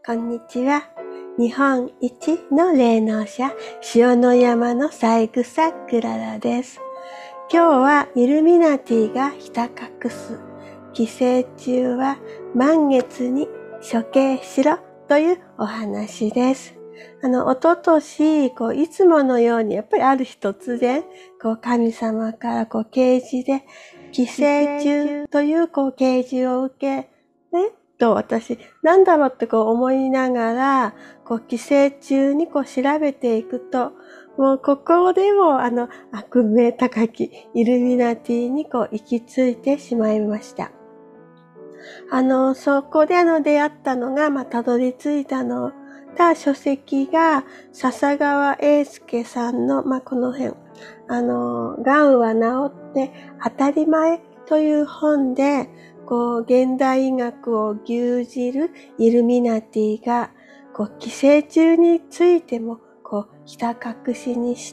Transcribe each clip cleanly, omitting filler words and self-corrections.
こんにちは。日本一の霊能者、塩の山の三枝クララです。今日はイルミナティがひた隠す。寄生虫は満月に処刑しろというお話です。一昨年、いつものように、やっぱりある日突然、神様から啓示で、寄生虫という啓示を受け、ね、と私、なんだろうって思いながら、寄生虫に調べていくと、もうここでも悪名高きイルミナティに行き着いてしまいました。そこで出会ったのが、たどり着いたのが書籍が笹川英介さんの、この辺、癌は治って当たり前という本で、現代医学を牛耳るイルミナティが、寄生虫についても、ひた隠しにして、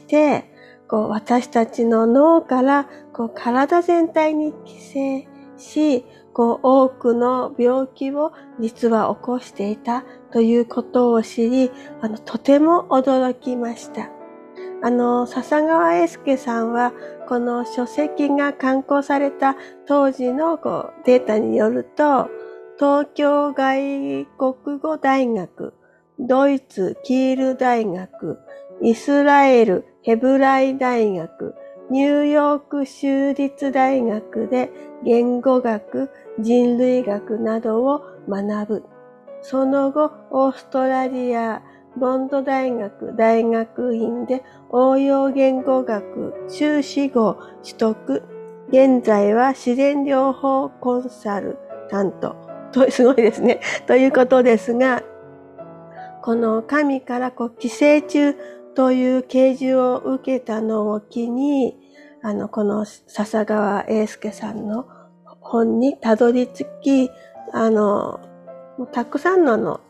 私たちの脳から、体全体に寄生し、多くの病気を実は起こしていたということを知り、とても驚きました。笹川英介さんは、この書籍が刊行された当時のデータによると、東京外国語大学、ドイツキール大学、イスラエルヘブライ大学、ニューヨーク州立大学で言語学、人類学などを学ぶ。その後、オーストラリア、ボンド大学大学院で応用言語学修士号取得。現在は自然療法コンサルタント。すごいですね。ということですが、この神から寄生虫という啓示を受けたのを機に、この笹川英介さんの本にたどり着き、たくさんの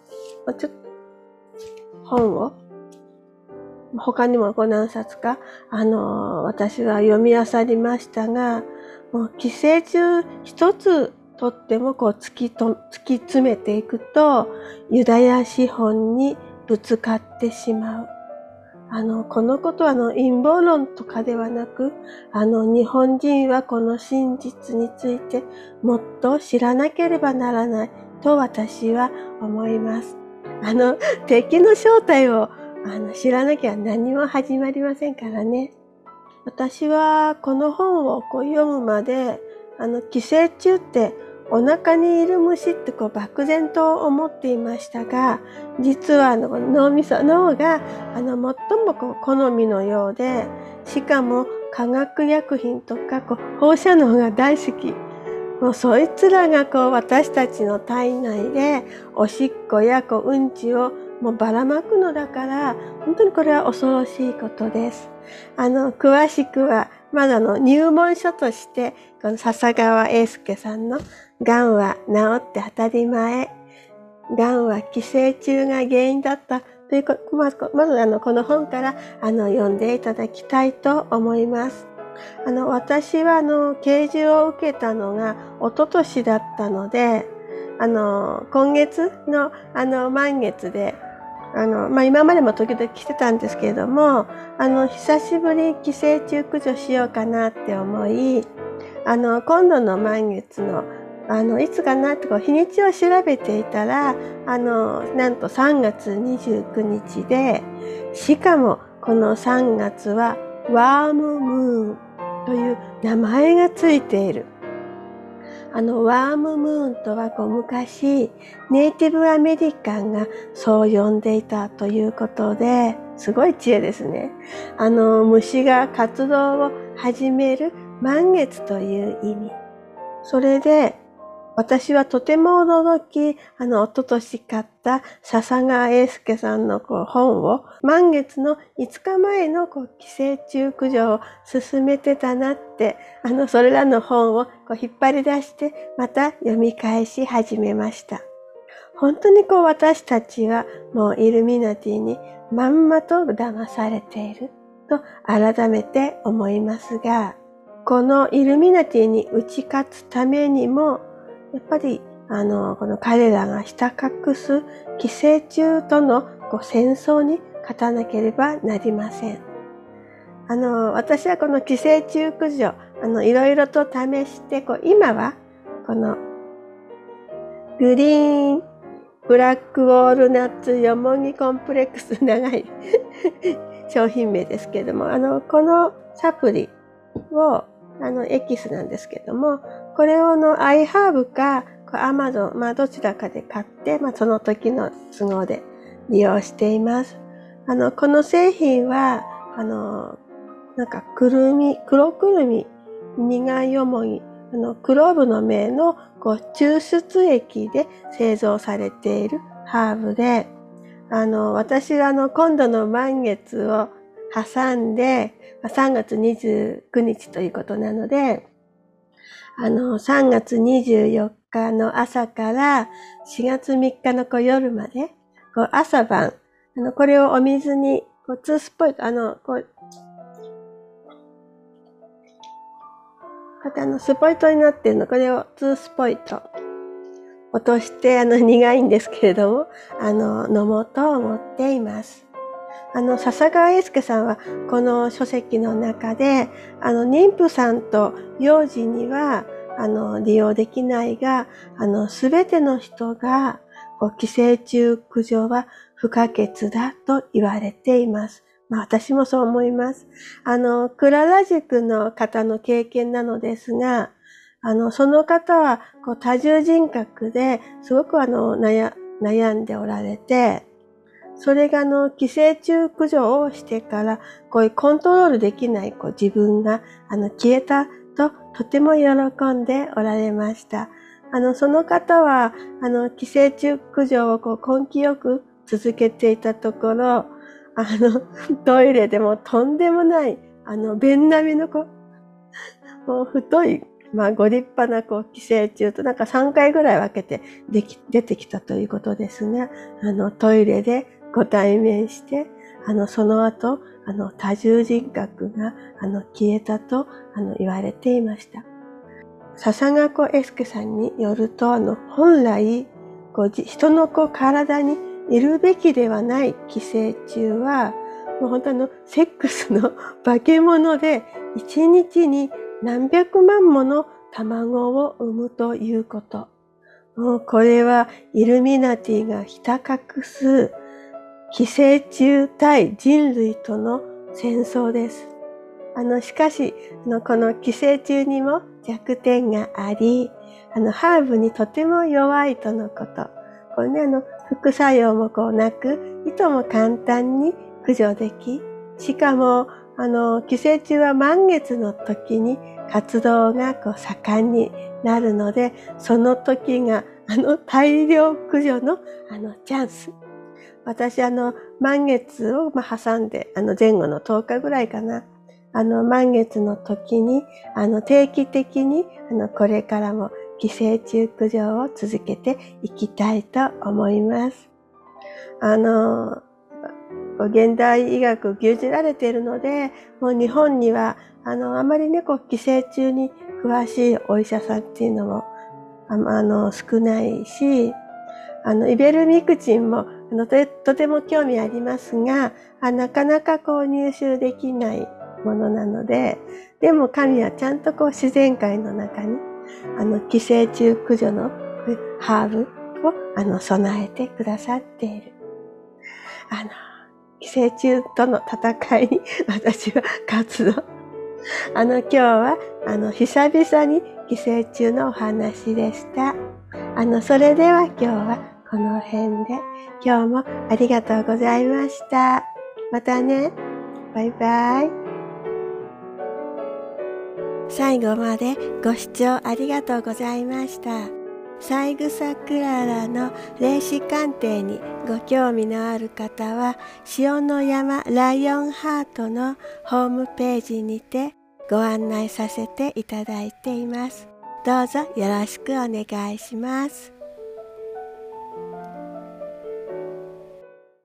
本を、他にも何冊か、私は読み漁りましたが、もう寄生虫一つとっても突き詰めていくと、ユダヤ資本にぶつかってしまう。このことは陰謀論とかではなく、日本人はこの真実についてもっと知らなければならないと私は思います。敵の正体を知らなきゃ何も始まりませんからね。私はこの本を読むまで、寄生虫ってお腹にいる虫って漠然と思っていましたが、実は脳が最も好みのようで、しかも化学薬品とか放射能が大好き。もうそいつらが私たちの体内でおしっこやうんちをもうばらまくのだから、本当にこれは恐ろしいことです。詳しくはまだ入門書として、この笹川英介さんの癌は治って当たり前、癌は寄生虫が原因だったということ、まずこの本から読んでいただきたいと思います。私は啓示を受けたのが一昨年だったので、今月の満月で、今までも時々来てたんですけれども、久しぶりに寄生虫駆除しようかなって思い、今度の満月のいつかなって日にちを調べていたら、なんと3月29日で、しかもこの3月はワームムーンという名前がついている。ワームムーンとは昔ネイティブアメリカンがそう呼んでいたということで、すごい知恵ですね。虫が活動を始める満月という意味。それで私はとても驚き、一昨年買った笹川英介さんの本を、満月の5日前の寄生虫駆除を進めてたなって、それらの本を引っ張り出して、また読み返し始めました。本当に私たちはもうイルミナティにまんまと騙されていると改めて思いますが、このイルミナティに打ち勝つためにも、やっぱりこの彼らがひた隠す寄生虫との戦争に勝たなければなりません。私はこの寄生虫駆除、いろいろと試して、今は、この、グリーンブラックウォールナッツよもぎコンプレックス長い商品名ですけれども、このサプリを、エキスなんですけども、これをアイハーブか、アマゾン、どちらかで買って、その時の都合で利用しています。この製品は、なんか黒くるみ、苦いよもぎ、クローブの芽の抽出液で製造されているハーブで、私は今度の満月を挟んで、3月29日ということなので、3月24日の朝から4月3日の夜まで、朝晩、これをお水に、2スポイト、スポイトになっているの、これを2スポイト落として、苦いんですけれども、飲もうと思っています。笹川英介さんは、この書籍の中で、妊婦さんと幼児には、利用できないが、すべての人が、寄生虫駆除は不可欠だと言われています。私もそう思います。クララ塾の方の経験なのですが、その方は、多重人格ですごく悩んでおられて、それが寄生虫駆除をしてから、こういうコントロールできない自分が消えたととても喜んでおられました。その方は寄生虫駆除を根気よく続けていたところ、トイレでもとんでもない便並みのもう太いご立派な寄生虫と3回ぐらい分けて出てきたということですが、トイレでご対面して、その後、多重人格が、消えたと、言われていました。笹川英介さんによると、本来、人の体にいるべきではない寄生虫は、もう本当セックスの化け物で、1日に何百万もの卵を産むということ。もうこれはイルミナティがひた隠す寄生虫対人類との戦争です。しかし、この寄生虫にも弱点があり、ハーブにとても弱いとのこと。これね、副作用もなく、いとも簡単に駆除でき、しかも、寄生虫は満月の時に活動が盛んになるので、その時が大量駆除のチャンス。私満月を挟んで前後の10日ぐらいかな。満月の時に定期的にこれからも寄生虫駆除を続けていきたいと思います。現代医学牛耳られているので、もう日本にはあまりね寄生虫に詳しいお医者さんっていうのも少ないし、イベルミクチンもとても興味ありますが、なかなか入手できないものなので、でも神はちゃんと自然界の中に寄生虫駆除のハーブを備えてくださっている。寄生虫との戦いに私は勝つの。今日は久々に寄生虫のお話でした。それでは今日はこの辺で、今日もありがとうございました。またね。バイバイ。最後までご視聴ありがとうございました。三枝クララの霊視鑑定にご興味のある方は、塩の山ライオンハートのホームページにてご案内させていただいています。どうぞよろしくお願いします。